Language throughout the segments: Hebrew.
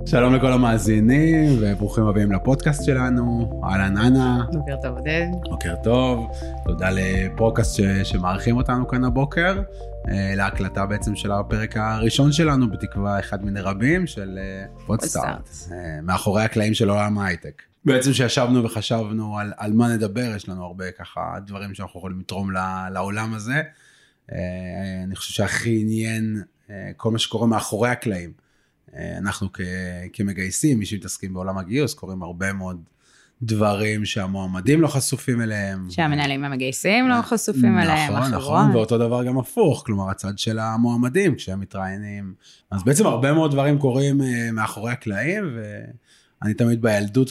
שלום לכל המאזינים וברוכים הבאים לפודקאסט שלנו. אהלן אנה. בוקר טוב עודד. בוקר טוב. תודה לפודקאסט שמארחים אותנו כאן הבוקר. להקלטה בעצם של הפרק הראשון שלנו, בתקווה אחד מיני רבים של פודסטארט. מאחורי הקלעים של עולם ההייטק. בעצם שישבנו וחשבנו על מה נדבר, יש לנו הרבה ככה דברים שאנחנו יכולים לתרום לעולם הזה. אני חושב שהכי עניין כל מה שקורה מאחורי הקלעים. אנחנו כמגייסים, מי שמתעסקים בעולם הגיוס, קוראים הרבה מאוד דברים שהמועמדים לא חשופים אליהם. שהמנהלים המגייסים לא חשופים אליהם. נכון, ואותו דבר גם הפוך, כלומר הצד של המועמדים כשהם מתראיינים. אז בעצם הרבה מאוד דברים קורים מאחורי הקלעים, ואני תמיד בילדות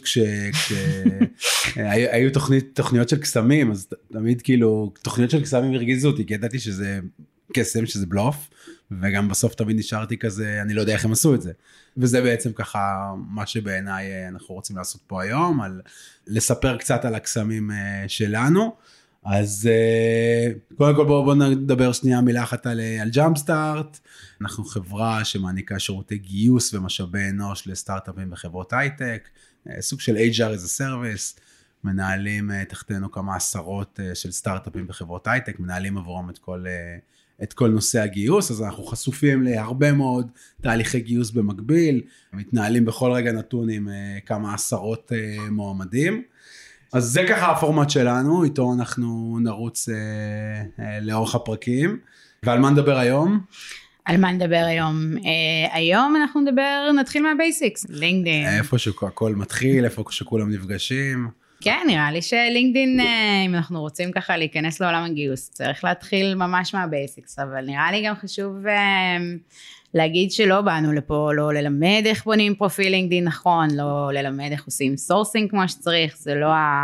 כשהיו תוכניות של קסמים, אז תמיד כאילו תוכניות של קסמים הרגיזו אותי, כי ידעתי שזה קסם, שזה בלוף, וגם בסוף תמיד נשארתי כזה, אני לא יודע איך הם עשו את זה. וזה בעצם ככה מה שבעיניי אנחנו רוצים לעשות פה היום, על לספר קצת על הקסמים שלנו. אז קודם כל בואו נדבר שנייה מילה אחת על ג'אמפסטארט. אנחנו חברה שמעניקה שירותי גיוס ומשאבי אנוש לסטארט-אפים וחברות הייטק, סוג של HR as a service, מנהלים תחתנו כמה עשרות של סטארט-אפים וחברות הייטק, מנהלים עבורם את כל נושא הגיוס, אז אנחנו חשופים להרבה מאוד תהליכי גיוס במקביל, מתנהלים בכל רגע נתון עם כמה עשרות מועמדים. אז זה ככה הפורמט שלנו, איתו אנחנו נרוץ לאורך הפרקים. ועל מה נדבר היום? על מה נדבר היום? היום אנחנו נתחיל מהבייסיקס, לינקדין. איפה שהכל מתחיל, איפה שכולם נפגשים. כן, נראה לי שלינקדין, אם אנחנו רוצים ככה להיכנס לעולם הגיוס, צריך להתחיל ממש מהבייסיקס, אבל נראה לי גם חשוב להגיד שלא באנו לפה, לא ללמד איך בונים פרופיל לינקדין נכון, לא ללמד איך עושים סורסינג כמו שצריך, זה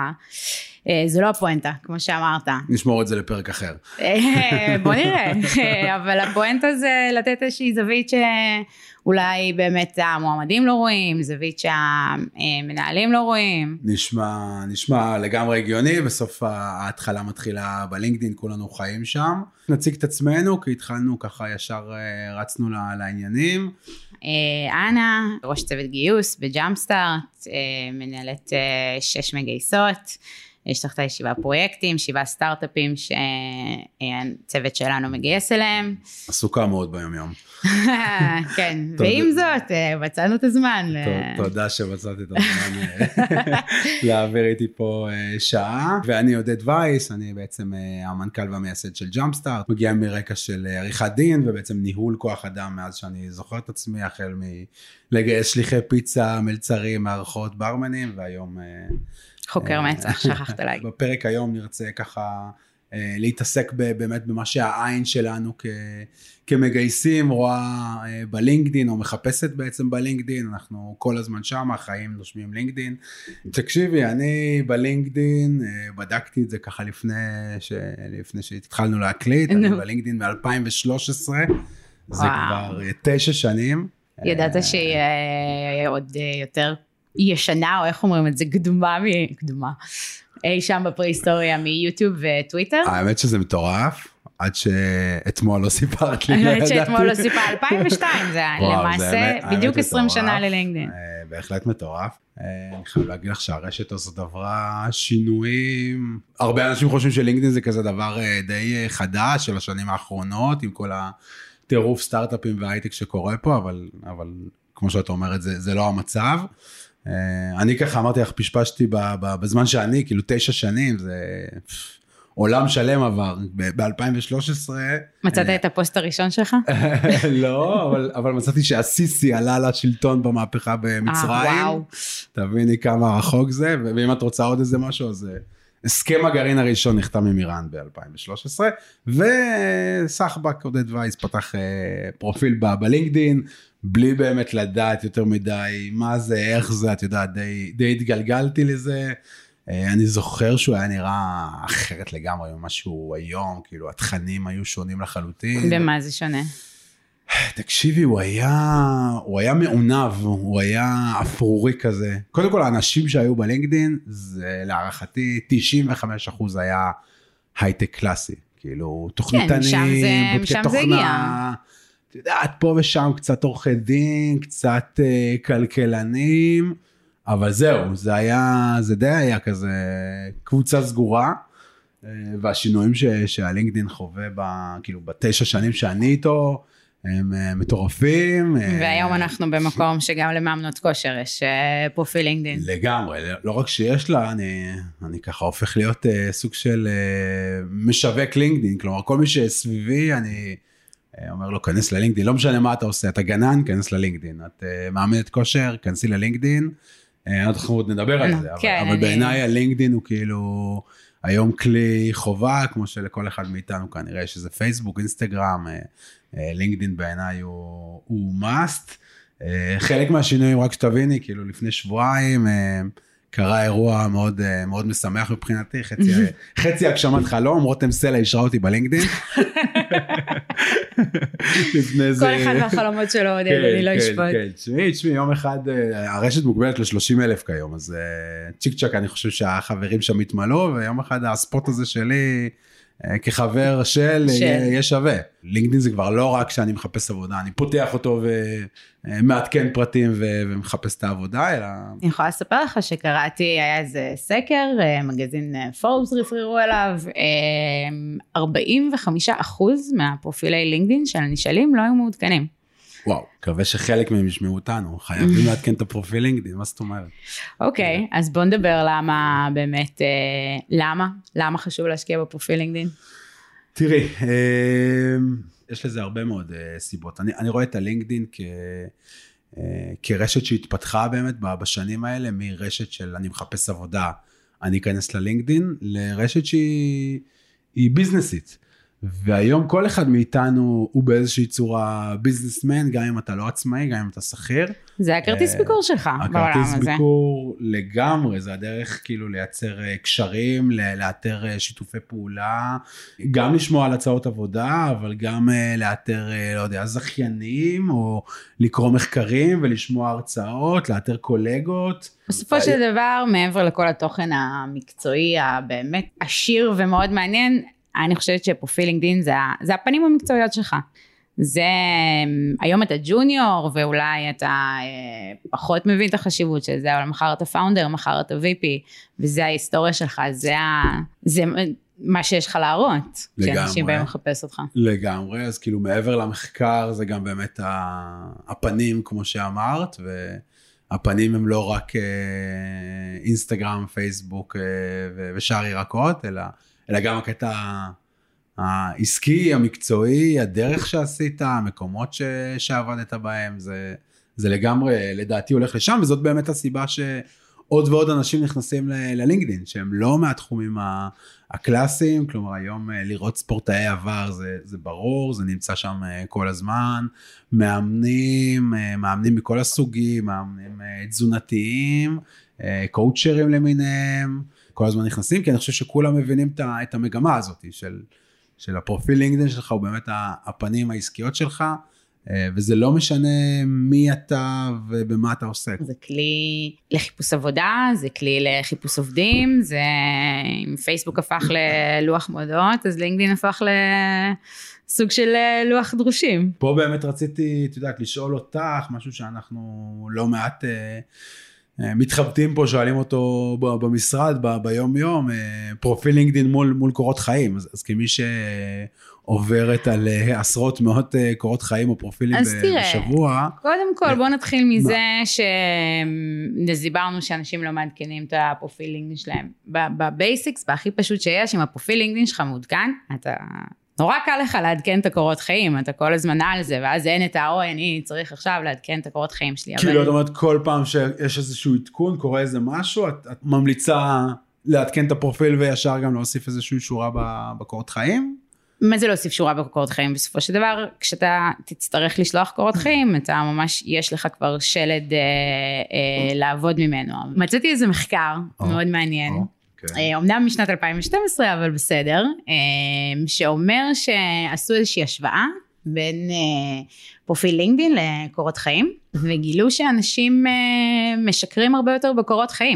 לא הפואנטה, כמו שאמרת. נשמור את זה לפרק אחר. בוא נראה, אבל הפואנטה זה לתת איזושהי זווית שאולי באמת המועמדים לא רואים, זווית שהמנהלים לא רואים. נשמע לגמרי הגיוני, בסוף ההתחלה מתחילה בלינקדין, כולנו חיים שם. נציג את עצמנו, כי התחלנו ככה ישר רצנו לעניינים. אנה, ראש צוות גיוס בג'אמפסטארט, מנהלת 6 מגייסות, יש תחתה 7 פרויקטים, 7 סטארט-אפים שהצוות שלנו מגייס אליהם. עסוקה מאוד ביום יום. כן, ועם זאת, מצאנו את הזמן. תודה שמצאתי את הזמן להעביר איתי פה שעה. ואני עודד וייס, אני בעצם המנכ"ל והמייסד של ג'אמפסטארט, מגיע מרקע של עריכת דין, ובעצם ניהול כוח אדם מאז שאני זוכר את עצמי, החל מלגייס שליחי פיצה, מלצרים, מערכות, ברמנים, והיום חוקר מצח, שכחת עליי. בפרק היום נרצה ככה להתעסק באמת במה שהעין שלנו כמגייסים רואה בלינקדין, או מחפשת בעצם בלינקדין, אנחנו כל הזמן שם, חיים נושמים לינקדין. תקשיבי, אני בלינקדין, בדקתי את זה ככה לפני שהתחלנו להקליט, אני בלינקדין מ-2013, זה כבר 9 שנים. ידעת שהיא עוד יותר ישנה, או איך אומרים את זה, קדומה, אי שם בפרה-היסטוריה מיוטיוב וטוויטר? האמת שזה מטורף, עד שאתמול לא סיפרת לי. עד שאתמול לא סיפרת, 2002, זה למעשה בדיוק 20 שנה ללינקדין. בהחלט מטורף. אני חייב להגיד לך שהרשת הזאת עברה שינויים. הרבה אנשים חושבים שלינקדין זה כזה דבר די חדש של השנים האחרונות, עם כל הטירוף סטארט-אפים וההייטק שקורה פה, אבל כמו שאת אומרת, זה לא המצב. אני ככה אמרתי לך, פשפשתי בזמן שאני, כאילו 9 שנים, זה עולם שלם עבר, ב-2013. מצאת את הפוסט הראשון שלך? לא, אבל מצאתי שהסיסי עלה לשלטון במהפכה במצרים. תביני כמה רחוק זה, ואם את רוצה עוד איזה משהו, אז הסכם הגרעין הראשון נחתם עם איראן ב-2013, וסחבק עודד וייס פתח פרופיל בלינקדין, בלי באמת לדעת יותר מדי מה זה, איך זה, את יודעת, די התגלגלתי לזה. אני זוכר שהוא היה נראה אחרת לגמרי ממה שהוא היום, כאילו התכנים היו שונים לחלוטין. במה זה שונה? תקשיבי, הוא היה מעונב, הוא היה אפרורי כזה. קודם כל, האנשים שהיו בלינקדין, זה להערכתי 95% היה הייטק קלאסי. כאילו, תוכניתנים, בודקי תוכנה, את יודעת, פה ושם קצת עורכי דין, קצת כלכלנים, אבל זהו, זה די היה כזה קבוצה סגורה, והשינויים שהלינקדין חווה כאילו ב9 שנים שאני איתו, הם מטורפים. והיום אנחנו במקום שגם למאמנות כושר יש פרופיל לינקדין. לגמרי, לא רק שיש לה, אני ככה הופך להיות סוג של משווק לינקדין, כלומר כל מי שסביבי אני אומר לו כנס ללינקדין, לא משנה מה אתה עושה, אתה גנן, כנס ללינקדין, את מאמנת כושר, כנסי ללינקדין, אנחנו עוד נדבר על זה, אבל בעיניי הלינקדין הוא כאילו היום כלי חובה, כמו שלכל אחד מאיתנו כנראה, שזה פייסבוק, אינסטגרם, לינקדין בעיניי הוא must. חלק מהשינויים, רק שתביני, כאילו לפני שבועיים, קרה אירוע מאוד, מאוד משמח מבחינתי, חצי הגשמת חלום, רותם סלע ישרה אותי בלינקדין. כל אחד מהחלומות שלו, אני לא אשפוט. תשמעי, יום אחד, הרשת מוגבלת ל-30,000 כיום, אז צ'יק צ'ק אני חושב שהחברים שם התמלאו, ויום אחד הספוט הזה שלי, כחבר של יהיה שווה. לינקדין זה כבר לא רק שאני מחפש עבודה, אני פותח אותו ומעדכן פרטים ומחפש את העבודה, אלא... אני יכולה לספר לך שקראתי, היה איזה סקר, מגזין פורבס רפררו אליו, 45% מהפרופילי לינקדין של הנשאלים לא היו מעודכנים. וואו, מקווה שחלק מהם ישמעו אותנו, חייבים לעדכן את הפרופיל לינקדין, מה זאת אומרת? אוקיי, אז בוא נדבר למה באמת, למה חשוב להשקיע בפרופיל לינקדין? תראי, יש לזה הרבה מאוד סיבות, אני רואה את הלינקדין כרשת שהתפתחה באמת בשנים האלה, מרשת של אני מחפש עבודה, אני אכנס ללינקדין, לרשת שהיא ביזנסית. והיום כל אחד מאיתנו הוא באיזושהי צורה ביזנסמן, גם אם אתה לא עצמאי, גם אם אתה שכיר. זה הכרטיס ביקור שלך בעולם הזה. הכרטיס ביקור לגמרי, זה הדרך כאילו לייצר קשרים, לאתר שיתופי פעולה, גם לשמוע על הצעות עבודה, אבל גם לאתר, לא יודע, זכיינים, או לקרוא מחקרים ולשמוע הרצאות, לאתר קולגות. בסופו של דבר, מעבר לכל התוכן המקצועי, הבאמת עשיר ומאוד מעניין, אני חושבת שפרופיל לינקדין זה הפנים המקצועיות שלך. זה, היום אתה ג'וניור, ואולי אתה פחות מבין את החשיבות של זה, אבל מחר אתה פאונדר, מחר אתה VP, וזה ההיסטוריה שלך, זה מה שיש לך להראות, כשאנשים באים לחפש אותך. לגמרי, אז כאילו מעבר למחקר, זה גם באמת הפנים, כמו שאמרת, והפנים הם לא רק אינסטגרם, פייסבוק ושאר ירקות, אלא גם הקטע העסקי, המקצועי, הדרך שעשית, המקומות שעבדת בהם, זה לגמרי, לדעתי הולך לשם, וזאת באמת הסיבה שעוד ועוד אנשים נכנסים ללינקדין, שהם לא מהתחומים הקלאסיים, כלומר היום לראות ספורטאי עבר, זה ברור, זה נמצא שם כל הזמן, מאמנים מכל הסוגים, מאמנים תזונתיים, קואוצ'רים למיניהם, כל הזמן נכנסים, כי אני חושב שכולם מבינים את המגמה הזאת של הפרופיל לינקדין שלך, הוא באמת הפנים העסקיות שלך, וזה לא משנה מי אתה ובמה אתה עוסק. זה כלי לחיפוש עבודה, זה כלי לחיפוש עובדים, זה אם פייסבוק הפך ללוח מודעות, אז לינקדין הפך לסוג של לוח דרושים. פה באמת רציתי, את יודעת, לשאול אותך, משהו שאנחנו לא מעט מתחבטים פה, שואלים אותו במשרד, ביום יום, פרופיל לינקדין מול קורות חיים, אז כמי שעוברת על עשרות מאות קורות חיים או פרופילים בשבוע. קודם כל בוא נתחיל מזה שדיברנו שאנשים לא מעדכנים את הפרופיל לינקדין שלהם, בבייסיקס, בהכי פשוט שיש, אם הפרופיל לינקדין שלך מעודכן, אתה נורא קל לך לעדכן את הקורות חיים, אתה כל הזמן על זה, ואז אין את אני צריך עכשיו לעדכן את הקורות חיים שלי. כאילו, את אומרת, כל פעם שיש איזשהו עדכון, קורה איזה משהו, את ממליצה לעדכן את הפרופיל, וישר גם להוסיף איזושהי שורה בקורות חיים? מה זה להוסיף שורה בקורות חיים? בסופו של דבר, כשאתה תצטרך לשלוח קורות חיים, אתה ממש, יש לך כבר שלד לעבוד ממנו. מצאתי איזה מחקר מאוד מעניין, אומנם משנת 2012, אבל בסדר, שאומר שעשו איזושהי השוואה בין פרופיל לינקדין לקורות חיים, וגילו שאנשים משקרים הרבה יותר בקורות חיים,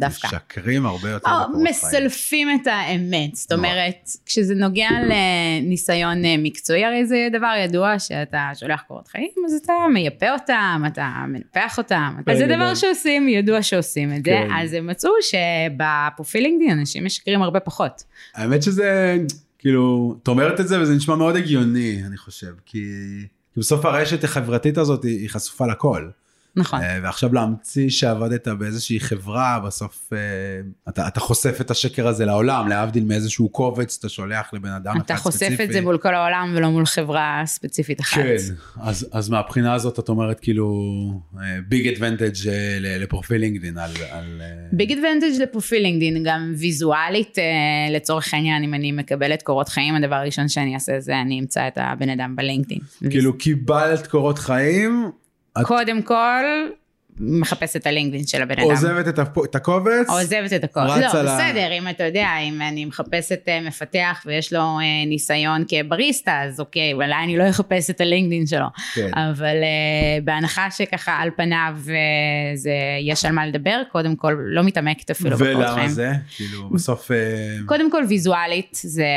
דווקא. משקרים הרבה יותר. מסלפים את האמת, זאת אומרת, כשזה נוגע לניסיון מקצועי, הרי זה דבר ידוע שאתה שולח קורות חיים, אז אתה מייפה אותם, אתה מנפח אותם, אז זה דבר שעושים, ידוע שעושים את זה, אז הם מצאו שבפרופיל לינקדין אנשים משקרים הרבה פחות. האמת שזה, כאילו, את אומרת את זה וזה נשמע מאוד הגיוני, אני חושב, כי בסוף הרשת החברתית הזאת היא חשופה לכל. נכון. ועכשיו להמציא שעבדת באיזושהי חברה, בסוף אתה חושף את השקר הזה לעולם, להבדיל מאיזשהו קובץ, אתה שולח לבן אדם אחד ספציפי. אתה חושף את זה מול כל העולם ולא מול חברה ספציפית אחת. כן, אז מהבחינה הזאת את אומרת כאילו, ביג אדוונטג' לפרופיל לינקדין. ביג אדוונטג' לפרופיל לינקדין, גם ויזואלית לצורך העניין, אם אני מקבלת קורות חיים, הדבר הראשון שאני אעשה זה, אני אמצא את הבן אדם בלינקדין. כאילו קיבלת קורות חיים, קודם כל, מחפשת את הלינקדין של הבן אדם. עוזבת את הקובץ? עוזבת את הקובץ. לא, בסדר, אם אתה יודע, אם אני מחפשת מפתח ויש לו ניסיון כבריסטה, אז אוקיי, אולי אני לא אחפש את הלינקדין שלו. אבל בהנחה שככה על פניו יש על מה לדבר, קודם כל לא מתעמקת אפילו בקורות חיים. ולמה זה? כאילו בסוף... קודם כל ויזואלית זה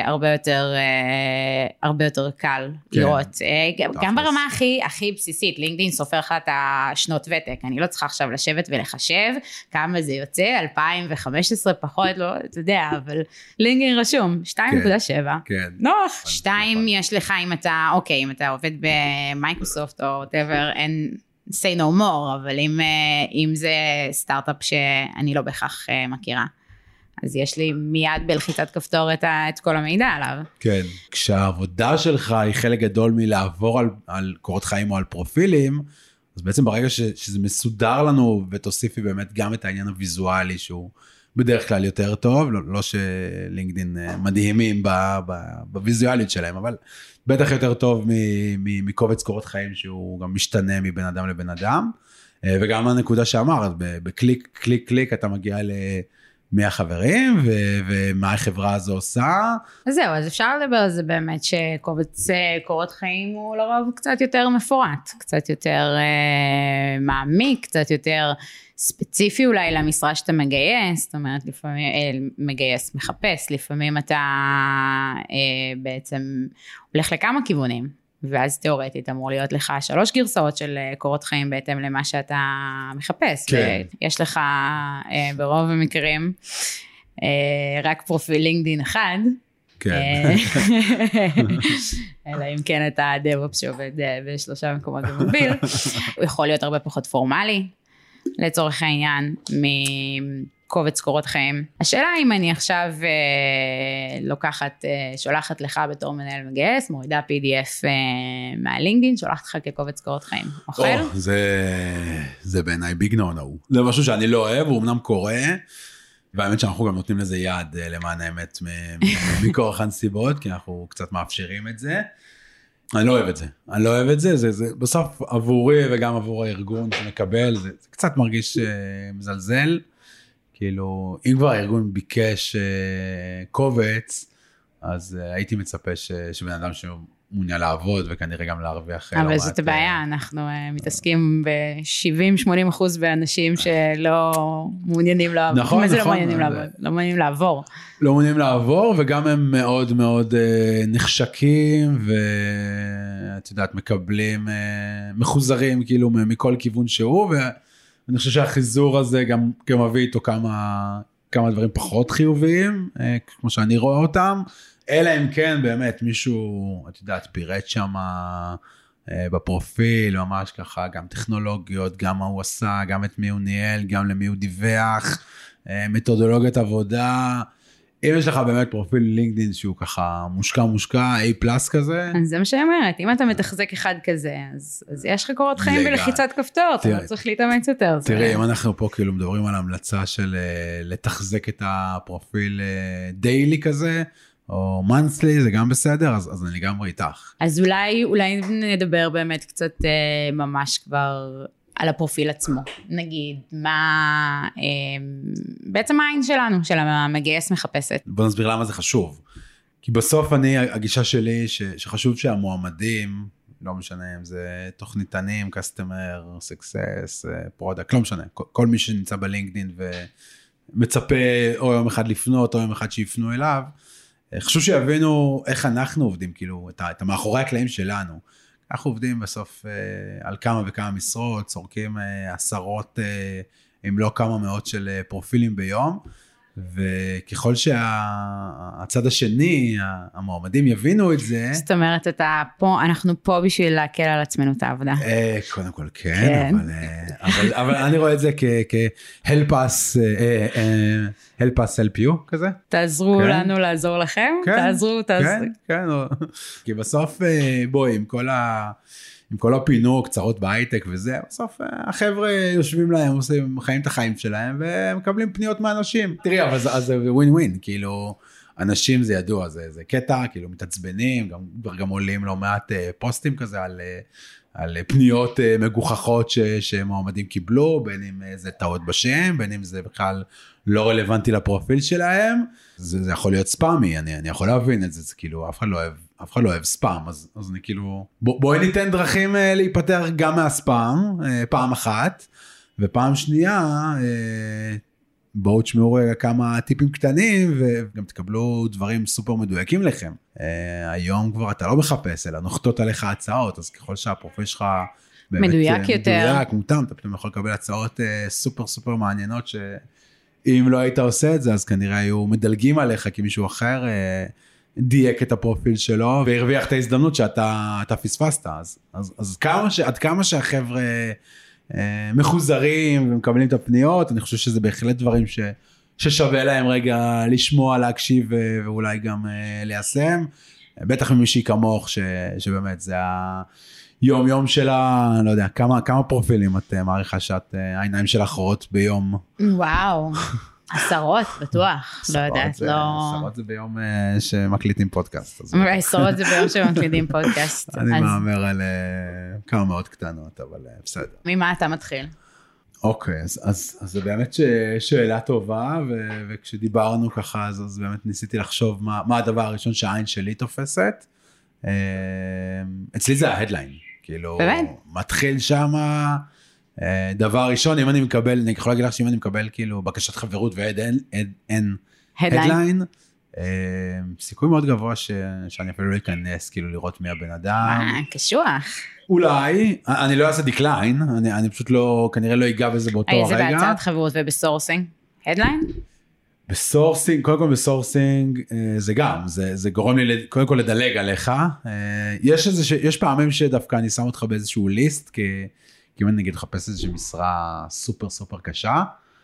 הרבה יותר קל לראות. גם ברמה הכי בסיסית, לינקדין סופר לך את השנות ותק, אני לא צריכה עכשיו לשבת ולחשב כמה זה יוצא, 2015 פחות, לא, אתה יודע, אבל לינקדין רשום, 2.7. כן. נוח. 2 יש לך אם אתה, אוקיי, אם אתה עובד במייקרוסופט או whatever, אין say no more, אבל אם זה סטארט-אפ שאני לא בהכרח מכירה. אז יש לי מיד בלחיצת כפתור את כל המידע עליו. כן, כשהעבודה שלך היא חלק גדול מלעבור על קורות חיים או על פרופילים, אז בעצם ברגע שזה מסודר לנו, ותוסיפי באמת גם את העניין הוויזואלי, שהוא בדרך כלל יותר טוב, לא שלינקדין מדהימים בוויזואלית שלהם, אבל בטח יותר טוב מקובץ קורות חיים, שהוא גם משתנה מבין אדם לבין אדם, וגם הנקודה שאמרת, בקליק, קליק, קליק, אתה מגיע מי החברים, ומה החברה הזו עושה. אז זהו, אז אפשר לדבר על זה באמת, שקובץ קורות חיים הוא לרוב קצת יותר מפורט, קצת יותר מעמיק, קצת יותר ספציפי אולי למשרה שאתה מגייס, זאת אומרת, לפעמים מגייס, מחפש, לפעמים אתה בעצם הולך לכמה כיוונים, ואז תיאורטית אמור להיות לך 3 גרסאות של קורות חיים בהתאם למה שאתה מחפש. כן. ויש לך ברוב המקרים רק פרופיל לינקדין אחד. כן. אלא אם כן אתה DevOps שעובד ב3 מקומות במקביל. הוא יכול להיות הרבה פחות פורמלי, לצורך העניין, קובץ קורות חיים. השאלה אם אני עכשיו שולחת לך בתור מנהל מגייס, מורידה PDF מהלינקדין, שולחת לך כקובץ קורות חיים. אוכל? זה בעיניי ביג נו. זה משהו שאני לא אוהב, הוא אמנם קורא, והאמת שאנחנו גם נותנים לזה יד למען האמת מכורח הנסיבות, כי אנחנו קצת מאפשרים את זה. אני לא אוהב את זה, זה בסוף עבורי וגם עבור הארגון שמקבל, זה קצת מרגיש מזלזל, כאילו, אם כבר הארגון ביקש קובץ, אז הייתי מצפה שבן אדם שמעוניין לעבוד, וכנראה גם להרוויח. אבל זאת הבעיה, אנחנו מתעסקים ב-70-80% באנשים שלא מעוניינים לעבוד. נכון, מה זה לא מעוניינים לעבוד? לא מעוניינים לעבור. לא מעוניינים לעבור, וגם הם מאוד מאוד נחשקים, ואת יודעת, מקבלים, מחוזרים כאילו מכל כיוון שהוא, אני חושב שהחיזור הזה גם מביא איתו כמה דברים פחות חיוביים, כמו שאני רואה אותם, אלא אם כן באמת מישהו, את יודעת, פירט שם בפרופיל, ממש ככה, גם טכנולוגיות, גם מה הוא עשה, גם את מי הוא ניהל, גם למי הוא דיווח, מתודולוגיות עבודה, אם יש לך באמת פרופיל לינקדין שהוא ככה מושקע, A+ כזה. אז זה מה שאני אומרת, אם אתה מתחזק אחד כזה, אז יש לך קורות חיים בלחיצת כפתור, אתה לא צריך להתאמץ יותר. תראי, אם אנחנו פה כאילו מדברים על המלצה של לתחזק את הפרופיל דיילי כזה, או monthly, זה גם בסדר, אז אני גם איתך. אז אולי נדבר באמת קצת ממש כבר על הפרופיל עצמו. נגיד, מה בעצם העין שלנו, של המגייס מחפשת. בוא נסביר למה זה חשוב. כי בסוף הגישה שלי, שחשוב שהמועמדים, לא משנה אם זה תוכניתנים, customer, success, product, לא משנה. כל מי שנמצא בלינקדין מצפה או יום אחד לפנות, או יום אחד שיפנו אליו. חשוב שיבינו איך אנחנו עובדים, כאילו, את המאחורי הקלעים שלנו. אנחנו עובדים בסוף על כמה וכמה משרות, צורקים עשרות, אם לא כמה מאות של פרופילים ביום, וככל שהצד השני, המועמדים יבינו את זה. זאת אומרת, אנחנו פה בשביל להקל על עצמנו את העבודה. קודם כל כן, אבל אני רואה את זה כ-help us help you כזה. תעזרו לנו לעזור לכם, תעזרו. כן, כי בסוף בואי, עם כל הפינוק, קצרות בהייטק וזה, בסוף החבר'ה יושבים להם, עושים חיים את החיים שלהם, ומקבלים פניות מאנשים. תראי, אבל זה ווין ווין, כאילו, אנשים זה ידוע, זה קטע, כאילו מתעצבנים, גם עולים לא מעט פוסטים כזה על פניות מגוחכות שמועמדים קיבלו, בין אם זה טעות בשם, בין אם זה בכלל לא רלוונטי לפרופיל שלהם, זה יכול להיות ספאמי, אני יכול להבין את זה, זה כאילו אף אחד לא אוהב ספאם, אז אני כאילו, בואי ניתן דרכים להיפטר גם מהספאם, פעם אחת, ופעם שנייה, בואו תשמעו כמה טיפים קטנים, וגם תקבלו דברים סופר מדויקים לכם. היום כבר אתה לא מחפש, אלא נוחתות עליך הצעות, אז ככל שהפרופיל שלך באמת מדויק יותר, מדויק, מותאם, אתה פתאום יכול לקבל הצעות סופר סופר מעניינות, שאם לא היית עושה את זה, אז כנראה היו מדלגים עליך, כי מישהו אחר דייק את הפרופיל שלו, והרוויח את ההזדמנות שאתה פספסת. אז עד כמה שהחבר'ה מחוזרים ומקבלים את הפניות, אני חושב שזה בהחלט דברים ששווה להם רגע לשמוע, להקשיב ואולי גם ליישם. בטח ממישהי כמוך שבאמת זה היום יום שלה, לא יודע, כמה פרופילים את מעריכה שאת העיניים שלך רואות ביום? וואו. עשרות, בטוח, לא יודעת, לא... עשרות זה ביום שמקליטים פודקאסט. עשרות זה ביום שמקליטים פודקאסט. אני מאמר על כמה מאוד קטנות, אבל בסדר. ממה אתה מתחיל? אוקיי, אז זה באמת שאלה טובה, וכשדיברנו ככה, אז באמת ניסיתי לחשוב מה הדבר הראשון שהעין שלי תופסת. אצלי זה ההדליין, כאילו, מתחיל שמה... דבר ראשון, אם אני מקבל, אני יכול להגיד לך שאם אני מקבל כאילו בקשת חברות ואין הדליין, סיכוי מאוד גבוה שאני אפילו לא אכנס כאילו לראות מי הבן אדם. קשוח. אולי, אני לא אעשה דקליין, אני פשוט לא, כנראה לא אגע בזה באותו הרגע. זה בהצעת חברות ובסורסינג? הדליין? בסורסינג, קודם כל בסורסינג זה גם, זה גורם לי קודם כל לדלג עליך. יש פעמים שדווקא אני שם אותך באיזשהו ליסט, כי אם אני נגיד לחפש איזושהי משרה סופר סופר קשה,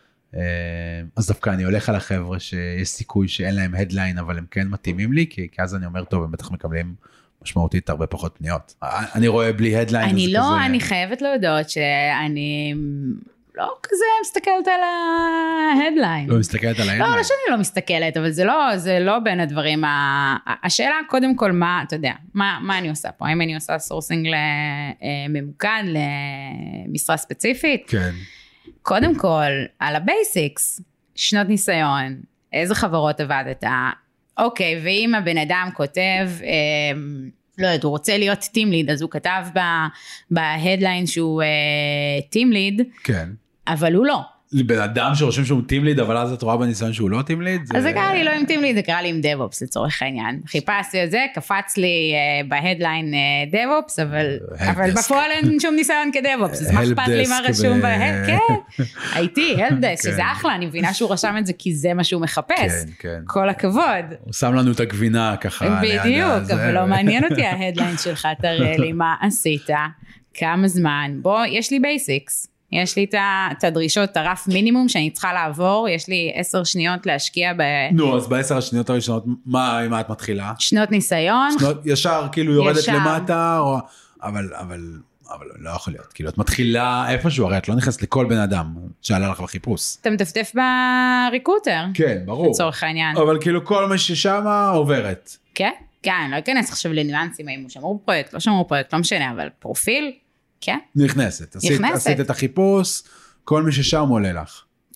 אז דווקא אני הולך על החבר'ה שיש סיכוי שאין להם הדליין, אבל הם כן מתאימים לי, כי אז אני אומר, טוב, הם בטח מקבלים משמעותית הרבה פחות פניות. אני רואה בלי הדליין. אני לא, אני חייבת להודות שאני לא כזה מסתכלת על ההדליין. לא מסתכלת על ההדליין? לא שאני לא מסתכלת, אבל זה לא בין הדברים, השאלה קודם כל מה, אתה יודע, מה אני עושה פה? האם אני עושה סורסינג ממוקד למשרה ספציפית? כן. קודם כל, על הבייסיקס, שנות ניסיון, איזה חברות עבדת? אוקיי, ואם הבן אדם כותב, לא יודעת, הוא רוצה להיות טים ליד, אז הוא כתב בהדליין שהוא טים ליד, כן. אבל הוא לא. בן אדם שרושם שהוא טים ליד, אבל אז את רואה בניסיון שהוא לא טים ליד? אז זה קרה לי לא עם טים ליד, זה קרה לי עם דאב-אופס לצורך העניין. חיפשתי את זה, קפץ לי בהדליין דאב-אופס, אבל בפועל אין שום ניסיון כדאב-אופס, אז מה אכפת לי מה רשום בהד? כן, הייתי, הלפדסק, שזה אחלה, אני מבינה שהוא רשם את זה כי זה מה שהוא מחפש. כל הכבוד. הוא שם לנו את הגבינה ככה. בדיוק, אבל לא מעניין אותי ההדליין שלך, תראה לי מה עשית, כמה זמן, בוא, יש לי בייסיקס. יש לי את הדרישות, את הרף מינימום שאני צריכה לעבור, יש לי 10 שניות להשקיע נו, אז ב10 השניות הראשונות, מה את מתחילה? שנות ניסיון. ישר כאילו יורדת למטה, אבל לא יכול להיות, כאילו את מתחילה איפשהו, הרי את לא נכנסת לכל בן אדם שעלה לך בחיפוש. אתה מטפטף בריקרוטר. כן, ברור. לצורך העניין. אבל כאילו כל מה ששמה עוברת. כן, כן, לא אכנס עכשיו לניואנסים, האם הוא שמור בפרויקט, לא שמור בפרויקט, לא משנה, אבל פרופיל, כן. נכנסת. עשית את החיפוש, כל מי ששם עולה לך. כן,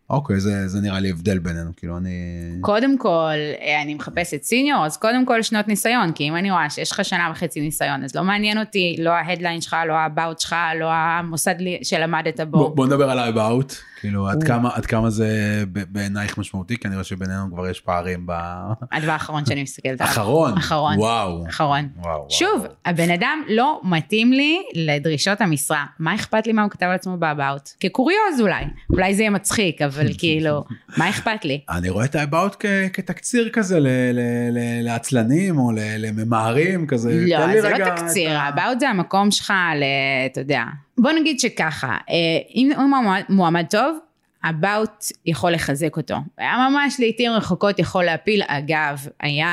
אוקיי, זה נראה לי הבדל בינינו, כאילו אני... קודם כל, אני מחפשת סיניור, אז קודם כל שנות ניסיון, כי אם אני רואה שיש לך 1.5 שנה ניסיון, אז לא מעניין אותי, לא ההדליין שלך, לא הבאוט שלך, לא המוסד שלמדת בו. בוא נדבר על הבאוט, כאילו עד כמה זה בעינייך משמעותי, כי אני רואה שבינינו כבר יש פערים הדבר האחרון שאני מסתכלת עליו. אחרון? וואו. אחרון. שוב, הבן אדם לא מתאים לי לדרישות המשרה, מה אכפת לי מה הוא כתב על עצמו בהבאוט? כקוריוז אולי זה יהיה מצחיק, אבל כאילו, מה אכפת לי? אני רואה את הבאוט כתקציר כזה לעצלנים או לממהרים כזה. לא, זה לא תקציר, הבאוט זה המקום שלך, אתה יודע. בוא נגיד שככה, אם הוא מועמד טוב, הבאוט יכול לחזק אותו. היה ממש לעתים רחוקות יכול להפיל, אגב,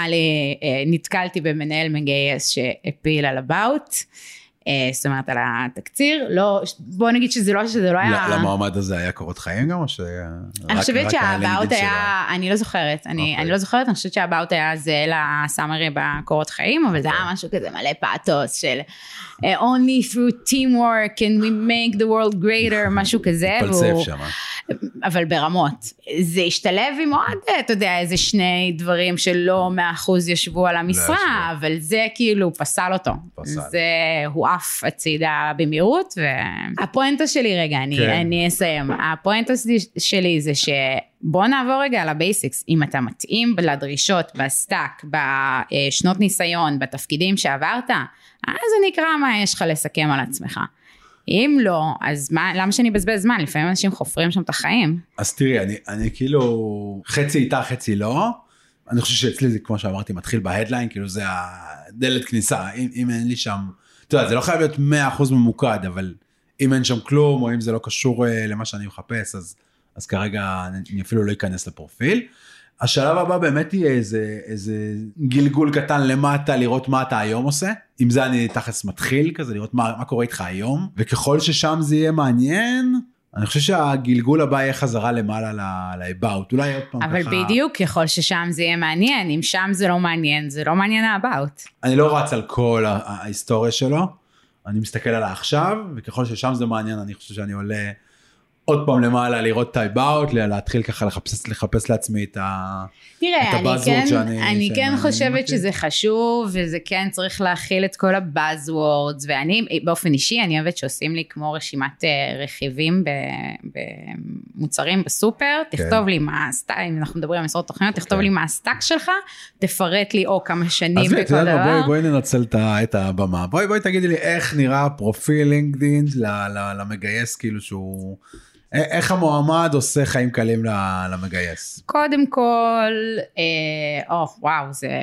נתקלתי במנהל מגייס שהפיל על הבאוט, זאת אומרת על התקציר, לא, בוא נגיד שזה לא היה... למועמד הזה היה קורות חיים גם או ש... אני חושבת שהבאוט היה, אני לא זוכרת, אני חושבת שהבאוט היה זה לסאמרי בקורות חיים, אבל זה היה משהו כזה מלא פאטוס של only through teamwork can we make the world greater, משהו כזה. פלסף שם. אבל ברמות. זה השתלב עם עוד, אתה יודע, איזה שני דברים שלא 100% ישבו על המשרה, אבל זה כאילו פסל אותו. זה הועף הצידה במהירות, והפואנטה שלי רגע, אני אסיים. הפואנטה שלי זה שבוא נעבור רגע על הבייסיקס. אם אתה מתאים לדרישות, בסטאק, בשנות ניסיון, בתפקידים שעברת, אז אני אקרא מה יש לך לסכם על עצמך. אם לא, אז למה שאני בזבז זמן? לפעמים אנשים חופרים שם את החיים. אז תראי, אני כאילו חצי איתה, חצי לא. אני חושב שאצלי זה, כמו שאמרתי, מתחיל בהדליין, כאילו זה הדלת כניסה. אם אין לי שם, אתה יודע, זה לא חייב להיות 100% ממוקד, אבל אם אין שם כלום, או אם זה לא קשור למה שאני מחפש, אז כרגע אני אפילו לא אכנס לפרופיל. השלב הבא באמת יהיה איזה גלגול קטן למטה, לראות מה אתה היום עושה. עם זה אני תכף מתחיל כזה, לראות מה קורה איתך היום. וככל ששם זה יהיה מעניין, אני חושב שהגלגול הבא יהיה חזרה למעלה ל-about. אולי עוד פעם אבל ככה... אבל בדיוק, ככל ששם זה יהיה מעניין, אם שם זה לא מעניין, זה לא מעניין ה-about. אני לא רץ על כל ההיסטוריה שלו, אני מסתכל על העכשיו, וככל ששם זה מעניין, אני חושב שאני עולה... עוד פעם למעלה, לראות טייב-אוט, להתחיל ככה לחפש לעצמי את הבאזוורד שאני... אני כן חושבת שזה חשוב, וזה כן צריך להכיל את כל הבאזוורדס, ואני באופן אישי, אני אוהבת שעושים לי כמו רשימת רכיבים במוצרים בסופר, תכתוב לי מה הסטאק, אם אנחנו מדברים על משרות תוכניות, תכתוב לי מה הסטאק שלך, תפרט לי או כמה שנים בכל דבר. בואי ננצל את הבמה, בואי תגידי לי איך נראה פרופיל לינקדאין למגייס כאילו שהוא... איך המועמד עושה חיים קלים למגייס? קודם כל, וואו, זה...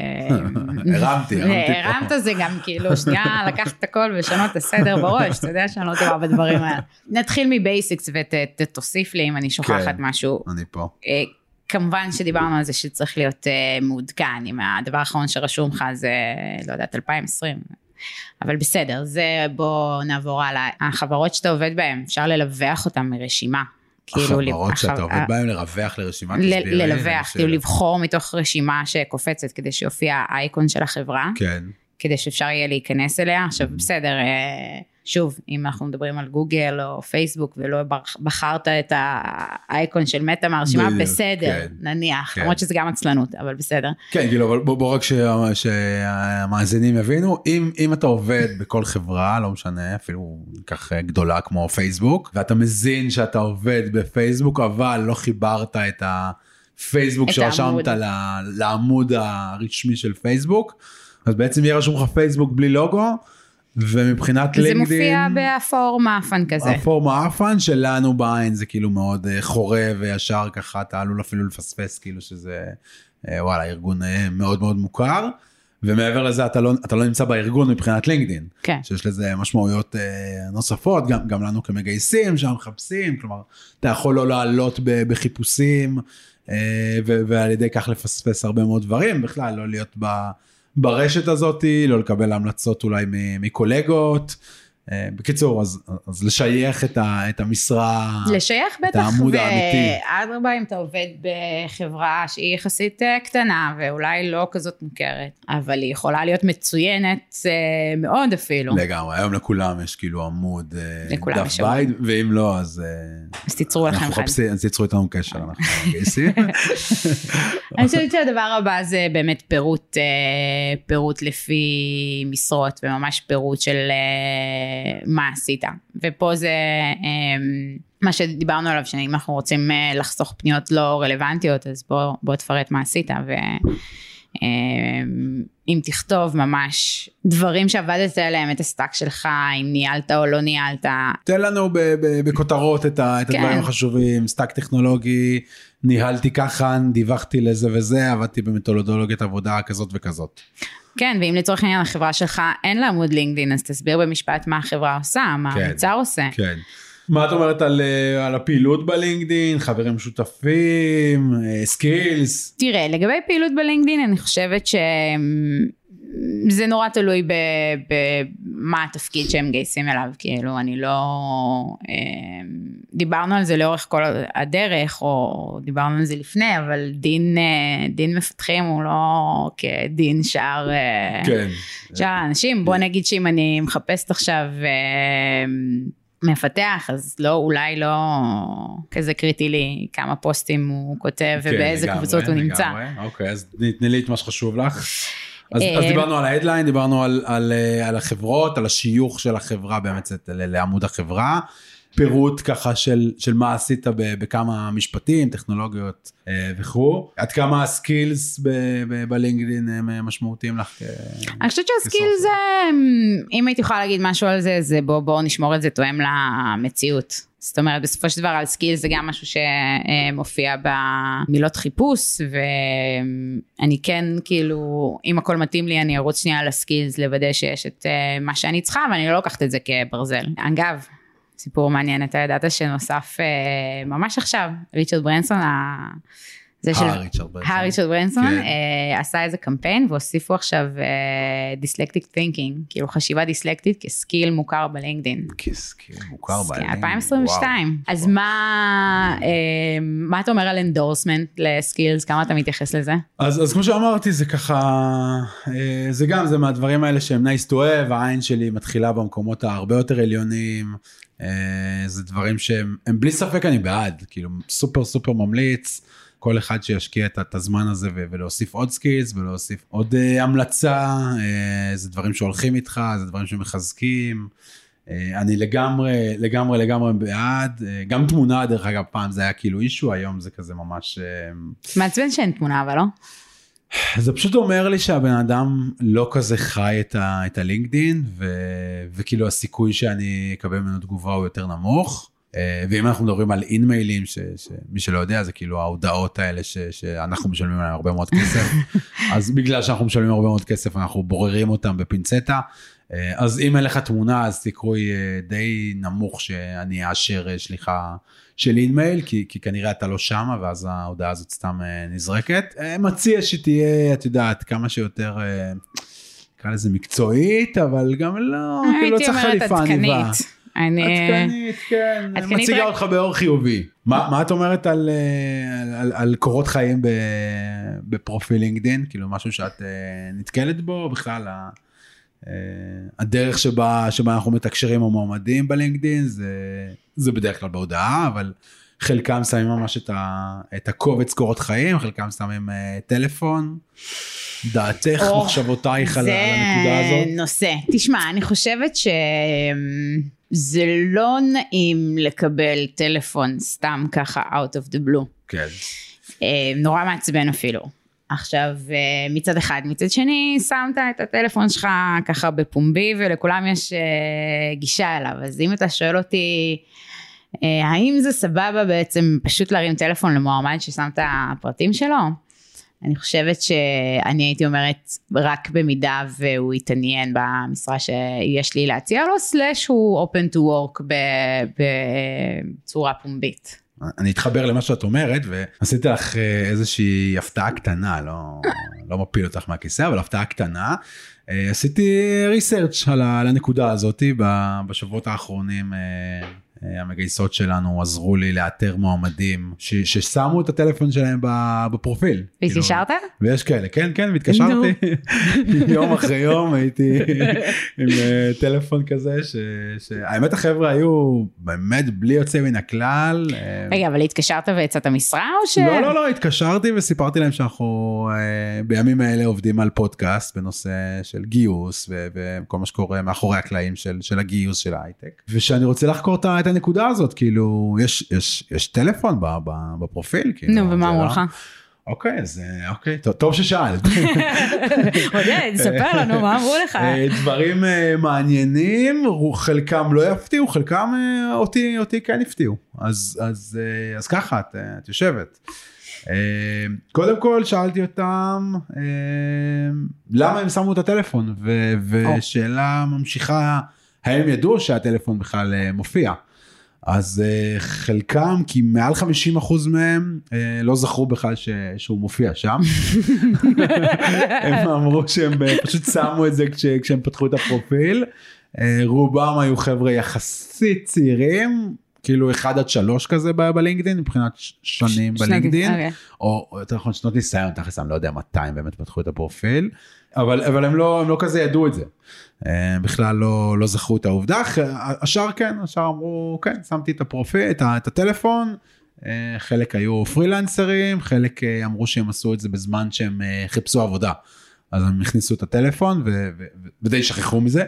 הרמת זה גם כאילו, שנייה, לקחת את הכל ושנות את הסדר בראש, אתה יודע שאני לא טובה בדברים האלה. נתחיל מבייסיקס ותוסיף לי אם אני שוכחת משהו. אני פה. כמובן שדיברנו על זה שצריך להיות מעודכן, אם הדבר האחרון שרשום לך זה, לא יודעת, 2020. אבל בסדר, זה בוא נעבור על החברות שאתה עובד בהן, אפשר ללווח אותן מרשימה. החברות שאתה עובד בהן לרווח לרשימה? ללווח, כאילו לבחור מתוך רשימה שקופצת, כדי שיופיע האייקון של החברה, כדי שאפשר יהיה להיכנס אליה. עכשיו בסדר, שוב, אם אנחנו מדברים על גוגל או פייסבוק, ולא בחרת את האייקון של מטה מהרשימה, בסדר, נניח, למרות שזה גם עצלנות, אבל בסדר. כן, כאילו, אבל בוא רק שהמאזינים יבינו, אם אתה עובד בכל חברה, לא משנה, אפילו כך גדולה כמו פייסבוק, ואתה מזין שאתה עובד בפייסבוק, אבל לא חיברת את הפייסבוק שרשמת לעמוד הרשמי של פייסבוק, אז בעצם יהיה רשום לך פייסבוק בלי לוגו, ומבחינת לינקדין... זה מופיע באפור מאפן כזה. אפור מאפן שלנו בעין זה כאילו מאוד חורה וישר ככה, אתה עלול אפילו לפספס כאילו שזה, וואלה, ארגון מאוד מאוד מוכר, ומעבר לזה אתה לא נמצא בארגון מבחינת לינקדין, כן. שיש לזה משמעויות נוספות, גם לנו כמגייסים שם מחפשים, כלומר, אתה יכול לא לעלות בחיפושים, ועל ידי כך לפספס הרבה מאוד דברים, בכלל לא להיות ברשת הזאת, לא לקבל המלצות אולי מקולגות, בקיצור, אז לשייך את המשרה, לשייך את בטח, העמוד האמיתי. ואדרבה אם אתה עובד בחברה שהיא יחסית קטנה, ואולי לא כזאת מוכרת, אבל היא יכולה להיות מצוינת מאוד אפילו. לגמרי, היום לכולם יש כאילו עמוד דף עמוד. בית, ואם לא, אז תיצרו לכם אחד. אז תיצרו איתנו קשר, אנחנו גייסים. אני חושבת שהדבר הבא זה באמת פירוט לפי משרות, וממש פירוט של מה עשית. ופה זה מה שדיברנו עליו, שאם אנחנו רוצים לחסוך פניות לא רלוונטיות, אז בוא תפרט מה עשית, אם תכתוב ממש דברים שעבדת עליהם, את הסטאק שלך, אם ניהלת או לא ניהלת. תן לנו בכותרות את הדברים החשובים, סטאק טכנולוגי, ניהלתי ככה, דיווחתי לזה וזה, עבדתי במתודולוגיית עבודה כזאת וכזאת. כן, ואם לצורך העניין החברה שלך אין לה עמוד לינקדין, אז תסביר במשפט מה החברה עושה, מה המוצר עושה. כן. מה את אומרת על הפעילות בלינקדין, חברים משותפים, סקילס? תראה, לגבי פעילות בלינקדין, אני חושבת שזה נורא תלוי במה התפקיד שהם גייסים אליו, כאילו אני לא, דיברנו על זה לאורך כל הדרך, או דיברנו על זה לפני, אבל דין מפתחים הוא לא כדין שאר האנשים. בוא נגיד שאם אני מחפשת עכשיו מפתח, אז לא, אולי לא כזה קריטי לי כמה פוסטים הוא כותב, ובאיזה קבוצות הוא נמצא. אוקיי, אז תתני לי את מה שחשוב לך. אז דיברנו על ההדליין, דיברנו על החברות, על השיוך של החברה, באמת לעמוד החברה, פירוט ככה של מה עשית בכמה משפטים, טכנולוגיות וכו'. עד כמה הסקילס בלינקדין הם משמעותיים לך? אני חושבת שהסקילס, אם הייתי יכולה להגיד משהו על זה, זה בואו נשמור את זה תואם למציאות. זאת אומרת, בסופו של דבר על סקילס זה גם משהו שמופיע במילות חיפוש, ואני כן כאילו, אם הכל מתאים לי, אני ארוץ שנייה על הסקילס, לוודא שיש את מה שאני צריכה, ואני לא לוקחת את זה כברזל. אגב, סיפור מעניין, אתה ידעת שנוסף ממש עכשיו, ריצ'רד ברנסון, ריצ'רד ברנסון, עשה איזה קמפיין, והוסיפו עכשיו דיסלקטיק תינקינג, כאילו חשיבה דיסלקטית כסקיל מוכר בלינקדין. כסקיל מוכר בלינקדין. 2022. אז מה אתה אומר על אנדורסמנט לסקילס, כמה אתה מתייחס לזה? אז כמו שאמרתי, זה ככה, זה מהדברים האלה שהם nice to have, העין שלי מתחילה במקומות הרבה יותר עליונים, זה דברים שהם בלי ספק אני בעד, כאילו סופר סופר ממליץ, כל אחד שישקיע את הזמן הזה ולהוסיף עוד סקילס ולהוסיף עוד המלצה, זה דברים שהולכים איתך, זה דברים שמחזקים, אני לגמרי בעד, גם תמונה דרך אגב פעם זה היה כאילו אישו, היום זה כזה ממש... מעצבן שאין תמונה אבל לא? זה פשוט אומר לי שהבן אדם לא כזה חי את הלינקדין, וכאילו הסיכוי שאני אקבל ממנו תגובה הוא יותר נמוך, ואם אנחנו מדברים על אינמיילים, שמי שלא יודע, זה כאילו ההודעות האלה שאנחנו משלמים עליהם הרבה מאוד כסף, אז בגלל שאנחנו משלמים הרבה מאוד כסף, אנחנו בוררים אותם בפינצטה, אז אם אין לך תמונה, אז סיכוי די נמוך שאני אאשר שליחה של אינמייל, כי כנראה אתה לא שמה, ואז ההודעה הזאת סתם נזרקת. מציע שתהיה, את יודעת, כמה שיותר, נקרא לזה מקצועית, אבל גם לא, כאילו לא צריך חליפה עניבה. עדכנית, כן, מציגה אותך באור חיובי. מה את אומרת על קורות חיים בפרופיל לינקדין? כאילו משהו שאת נתקלת בו בכלל, הדרך שבה אנחנו מתקשרים עם מועמדים בלינקדין, זה בדרך כלל בהודעה, אבל חלקם שמים ממש את הקובץ קורות חיים, חלקם שמים טלפון, דעתך, מחשבותייך על הנקודה הזאת? זה נושא. תשמע, אני חושבת שזה לא נעים לקבל טלפון סתם ככה out of the blue. כן. נורא מעצבן אפילו. עכשיו, מצד אחד, מצד שני, שמת את הטלפון שלך ככה בפומבי, ולכולם יש גישה אליו. אז אם אתה שואל אותי, האם זה סבבה בעצם פשוט להרים טלפון למועמד ששם את הפרטים שלו? אני חושבת שאני הייתי אומרת, רק במידה והוא יתעניין במשרה שיש לי להציע לו, סלש הוא open to work בצורה פומבית. אני אתחבר למה שאת אומרת, ועשיתי לך איזושהי הפתעה קטנה, לא מפיל אותך מהכיסא, אבל הפתעה קטנה. עשיתי ריסרצ' על הנקודה הזאת, בשבועות האחרונים המגייסות שלנו עזרו לי לאתר מועמדים ששמו את הטלפון שלהם בפרופיל. והתקשרת? ויש כאלה, כן, והתקשרתי. יום אחרי יום הייתי עם טלפון כזה, שהאמת החבר'ה היו באמת בלי יוצא מן הכלל. רגע, אבל התקשרת ויצאת משרה או ש... לא, התקשרתי וסיפרתי להם שאנחנו בימים האלה עובדים על פודקאסט בנושא של גיוס וכל מה שקורה מאחורי הקלעים של הגיוס של ההייטק. ושאני רוצה לחקור את הנקודה הזאת, כאילו, יש טלפון בפרופיל, כאילו. נו, ומה אמרו לך? אוקיי, אז אוקיי, טוב ששאלת. עודד, ספר לנו, מה אמרו לך? דברים מעניינים, חלקם לא יפתיעו, חלקם אותי כן יפתיעו. אז ככה, את יושבת. קודם כל שאלתי אותם, למה הם שמו את הטלפון? ושאלה ממשיכה, האם ידעו שהטלפון בכלל מופיע? אז חלקם, כי מעל 50% מהם לא זכרו בכלל שהוא מופיע שם. הם אמרו שהם פשוט שמו את זה כשהם פתחו את הפרופיל. רובם היו חבר'ה יחסית צעירים, כאילו 1-3 כזה בלינקדין, מבחינת שנים בלינקדין, או יותר נכון שנות ניסיון, תכף אני לא יודע מתי הם באמת פתחו את הפרופיל, אבל הם לא כזה ידעו את זה. בכלל לא זכרו את העובדה, השאר כן, השאר אמרו, כן, שמתי את הפרופיל, את הטלפון, חלק היו פרילנסרים, חלק אמרו שהם עשו את זה בזמן שהם חיפשו עבודה, אז הם הכניסו את הטלפון, ודי שכחו מזה,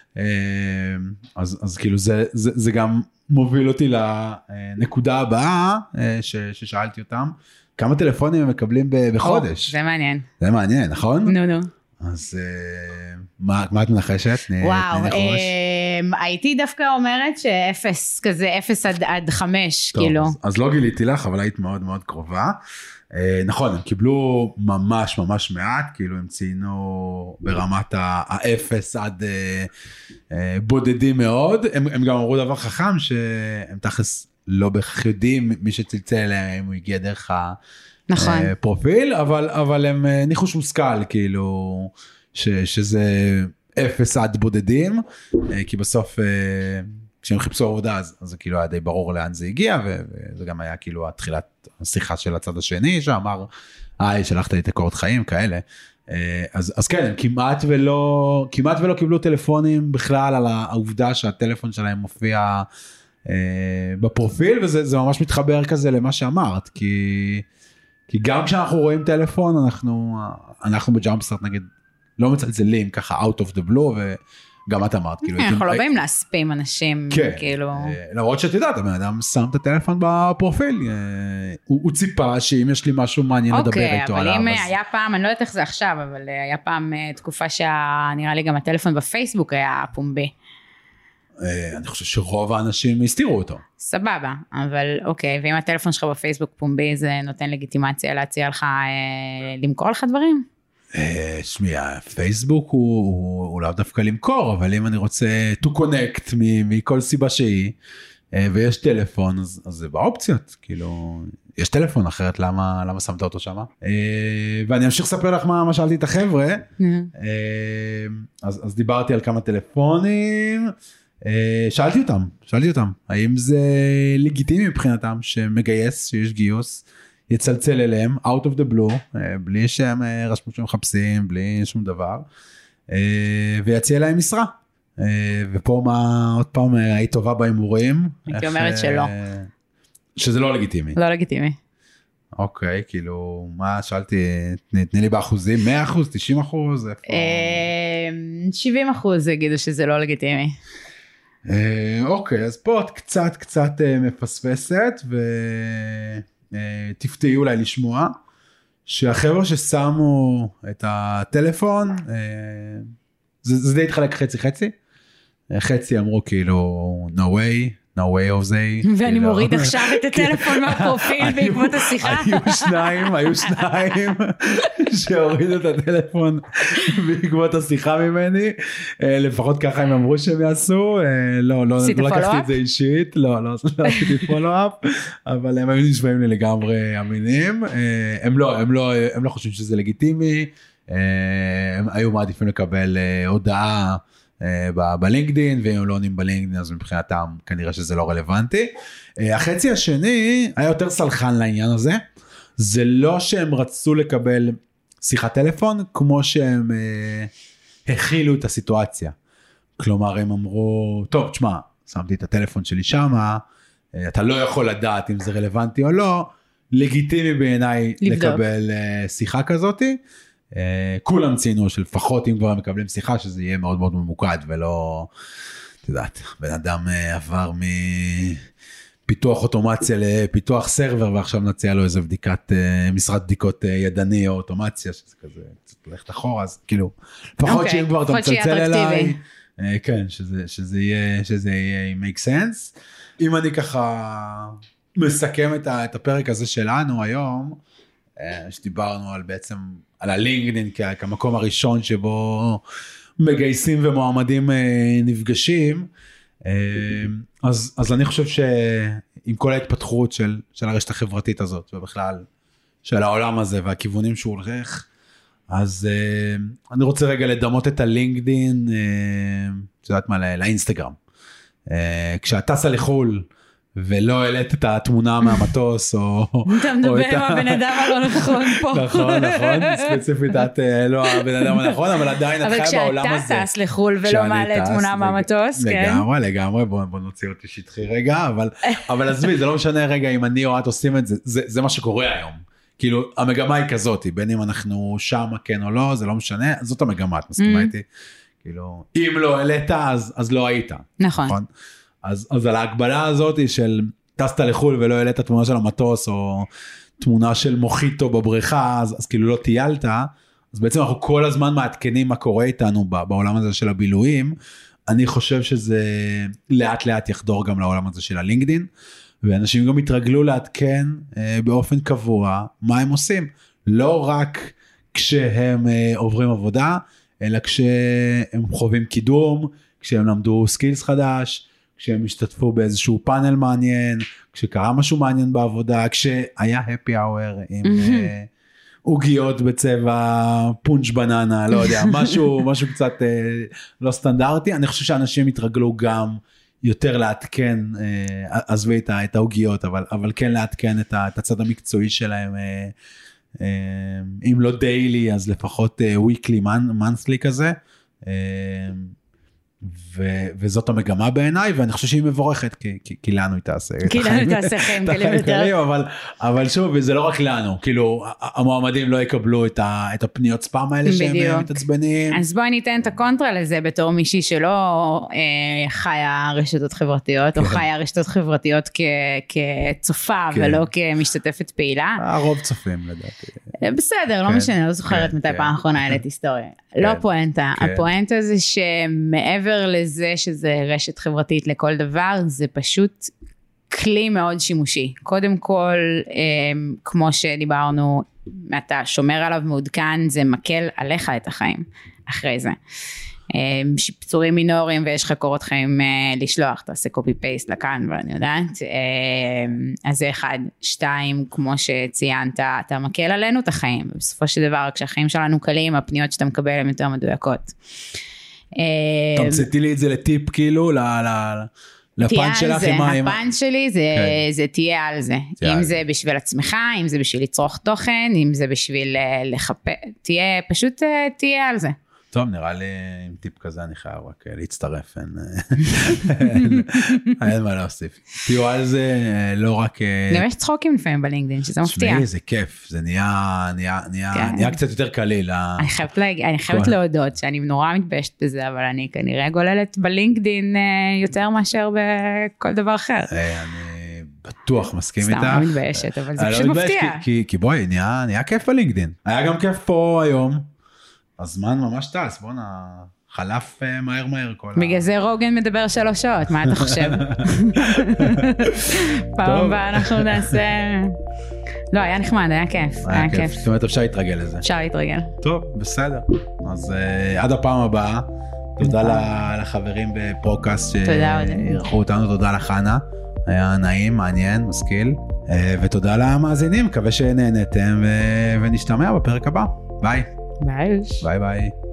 אז כאילו זה גם מוביל אותי לנקודה הבאה, ששאלתי אותם, כמה טלפונים הם מקבלים בחודש? זה מעניין. זה מעניין, נכון? נו. אז מה את מנחשת? וואו, הייתי דווקא אומרת שאפס, כזה 0-5, כאילו. אז לא גיליתי לך, אבל היית מאוד מאוד קרובה. נכון, הם קיבלו ממש ממש מעט, כאילו הם ציינו ברמת האפס עד בודדים מאוד. הם גם אמרו דבר חכם, שהם תכלס לא בהכרח יודעים מי שצלצל אליהם, אם הוא הגיע דרך הפרופיל, אבל הם ניחוש מושכל, כאילו, שזה 0 עד בודדים, כי בסוף, כשהם חיפשו עבודה, אז זה כאילו היה די ברור לאן זה הגיע, וזה גם היה כאילו התחילת השיחה של הצד השני, שאמר, שלחת לי את הקורות חיים, כאלה. אז כן, הם כמעט ולא קיבלו טלפונים בכלל על העובדה שהטלפון שלהם מופיע בפרופיל, וזה ממש מתחבר כזה למה שאמרת, כי גם כשאנחנו רואים טלפון, אנחנו בג'אמפסטארט נגיד, לא מצלצלים ככה out of the blue, וגם את אמרת, כאילו... אנחנו לא באים להספים אנשים, כאילו... למרות שאת יודעת, הבן אדם שם את הטלפון בפרופיל, הוא ציפה שאם יש לי משהו מעניין לדבר איתו עליו. אוקיי, אבל אם היה פעם, אני לא יודעת איך זה עכשיו, אבל היה פעם תקופה שנראה לי גם הטלפון בפייסבוק היה פומבי. אני חושב שרוב האנשים הסתירו אותו. סבבה, אבל אוקיי, ואם הטלפון שלך בפייסבוק פומבי, זה נותן לגיטימציה להציע לך, למכור לך דברים? שמיה, פייסבוק הוא לא דווקא למכור, אבל אם אני רוצה to connect מכל סיבה שהיא, ויש טלפון, אז זה באופציות, כאילו, יש טלפון אחרת, למה שמת אותו שם? ואני אמשיך לספר לך מה שאלתי את החבר'ה, אז דיברתי על כמה טלפונים, שאלתי אותם, האם זה לגיטימי מבחינתם שמגייס, שיש גיוס, יצלצל אליהם, out of the blue, בלי שהם רשמו שהם מחפשים, בלי שום דבר, ויציע להם משרה. ופה עוד פעם היית טובה באימורים. הייתי אומרת שלא. שזה לא לגיטימי. לא לגיטימי. אוקיי, כאילו, מה שאלתי, תני לי באחוזים, 100%, 90%? 70% יגידו שזה לא לגיטימי. אוקיי, אז פה את קצת מפספסת, ותפתעי אולי לשמוע, שהחבר'ה ששמו את הטלפון, זה די התחלק חצי-חצי, חצי אמרו כאילו, no way, no way of זה. ואני מוריד עכשיו את הטלפון מהפרופיל בעקבות השיחה. היו שניים שהורידו את הטלפון בעקבות השיחה ממני, לפחות ככה הם אמרו שהם יעשו, לא לקחתי את זה אישית, לא עשיתי פולו-אפ, אבל הם היו נשמעים לי לגמרי אמינים, הם לא חושבים שזה לגיטימי, הם היו מעדיפים לקבל הודעה בלינקדין, ואם הם לא עונים בלינקדין אז מבחינתם כנראה שזה לא רלוונטי. החצי השני היה יותר סלחן לעניין הזה, זה לא שהם רצו לקבל שיחת טלפון כמו שהם הכילו את הסיטואציה, כלומר הם אמרו טוב תשמע שמתי את הטלפון שלי שמה, אתה לא יכול לדעת אם זה רלוונטי או לא, לגיטימי בעיניי לקבל שיחה כזאתי, כולם ציינו שלפחות אם כבר מקבלים שיחה שזה יהיה מאוד מאוד ממוקד ולא, את יודעת, בן אדם עבר מפיתוח אוטומציה לפיתוח סרבר ועכשיו נציע לו איזה בדיקת, משרד בדיקות ידני או אוטומציה שזה כזה קצת ללכת אחורה, אז כאילו לפחות שאם כבר אתה מצלצל אליי, כן, שזה יהיה make sense. אם אני ככה מסכם את הפרק הזה שלנו היום, שדיברנו על בעצם על הלינקדין כמקום הראשון שבו מגייסים ומועמדים נפגשים, אז אני חושב שעם כל ההתפתחות של הרשת החברתית הזאת ובכלל של העולם הזה והכיוונים שהוא הולך, אז אני רוצה רגע לדמות את הלינקדין, את יודעת מה, לאינסטגרם. כשאת טסה לחול ולא העלית את התמונה מהמטוס, או... אתה מדבר עם הבן אדם הלא נכון פה. נכון, ספציפית את לא הבן אדם הנכון, אבל עדיין את חיה בעולם הזה. אבל כשאתה טס לחול ולא מעלה תמונה מהמטוס, כן? לגמרי, בוא נוציא אותי שטחי רגע, אבל עזבי, זה לא משנה רגע אם אני או את עושים את זה, זה מה שקורה היום. כאילו, המגמה היא כזאת, בין אם אנחנו שם כן או לא, זה לא משנה, זאת המגמה, את מסכימה איתי? כאילו, אם לא העלית, אז לא היית. נכון. אז על ההגבלה הזאת של טסת לחול ולא העלית תמונה של המטוס, או תמונה של מוחיטו בבריכה, אז כאילו לא טיילת, אז בעצם אנחנו כל הזמן מעדכנים מה קורה איתנו בעולם הזה של הבילויים. אני חושב שזה לאט לאט יחדור גם לעולם הזה של הלינקדין, ואנשים גם יתרגלו לעדכן באופן קבוע מה הם עושים, לא רק כשהם עוברים עבודה, אלא כשהם חווים קידום, כשהם למדו סקילס חדש, כשהם השתתפו באיזשהו פאנל מעניין, כשקרה משהו מעניין בעבודה, כשהיה happy hour עם עוגיות בצבע פונץ' בננה, לא יודע, משהו קצת לא סטנדרטי. אני חושב שאנשים יתרגלו גם יותר לעדכן, עזבי את העוגיות, אבל כן לעדכן את הצד המקצועי שלהם, אם לא דיילי, אז לפחות weekly, monthly כזה, וזאת המגמה בעיניי, ואני חושב שהיא מבורכת, כי לנו היא תעשה. כי לנו היא תעשה חיים קלים יותר. אבל שוב, זה לא רק לנו, כאילו, המועמדים לא יקבלו את הפניות ספאם האלה שהם מתעצבנים. אז בואי ניתן את הקונטרה לזה, בתור מישהי שלא חיה רשתות חברתיות, או חיה רשתות חברתיות כצופה, ולא כמשתתפת פעילה. הרוב צופים, לדעתי. בסדר, לא משנה, לא זוכרת מתי פעם האחרונה העלית היסטוריה. לא הפואנטה. הפואנטה זה שמעבר לזה שזה רשת חברתית לכל דבר, זה פשוט כלי מאוד שימושי. קודם כל, כמו שדיברנו, אתה שומר עליו מעודכן, זה מקל עליך את החיים אחרי זה. שיפצורים מינוריים ויש לך קורות חיים לשלוח, תעשה קופי פייסט לכאן ואני יודעת, אז זה אחד. שתיים, כמו שציינת, אתה מקל עלינו את החיים, בסופו של דבר כשהחיים שלנו קלים, הפניות שאתה מקבל הן יותר מדויקות. תמצאתי לי את זה לטיפ כאילו, לפן שלך, הפן שלי זה תהיה על זה, אם זה בשביל עצמך, אם זה בשביל לצרוך תוכן, אם זה בשביל לחפש, פשוט תהיה על זה. טוב, נראה לי עם טיפ כזה אני חייב רק להצטרף, אין מה להוסיף. תהיו על זה, לא רק... גם יש צחוקים לפעמים בלינקדין, שזה מפתיע. שמי, זה כיף, זה נהיה קצת יותר קליל. אני חייבת להודות שאני נורא מתביישת בזה, אבל אני כנראה גוללת בלינקדין יותר מאשר בכל דבר אחר. אני בטוח מסכים איתך. סתם מתביישת, אבל זה פשוט מפתיע. כי בואי, נהיה כיף בלינקדין. היה גם כיף פה היום. הזמן ממש טס, בוא חלף מהר כל בגלל זה רוגן מדבר 3 שעות, מה אתה חושב? פעם הבאה אנחנו נעשה... לא, היה נחמד, היה כיף. היה כיף. זאת אומרת, אפשר להתרגל לזה. אפשר להתרגל. טוב, בסדר. אז עד הפעם הבאה, תודה לחברים בפרוקאסט שאירחו אותנו, תודה לחנה. היה נעים, מעניין, משכיל. ותודה למאזינים, מקווה שנהנתם ונשתמע בפרק הבא. ביי. ביי. ביי ביי.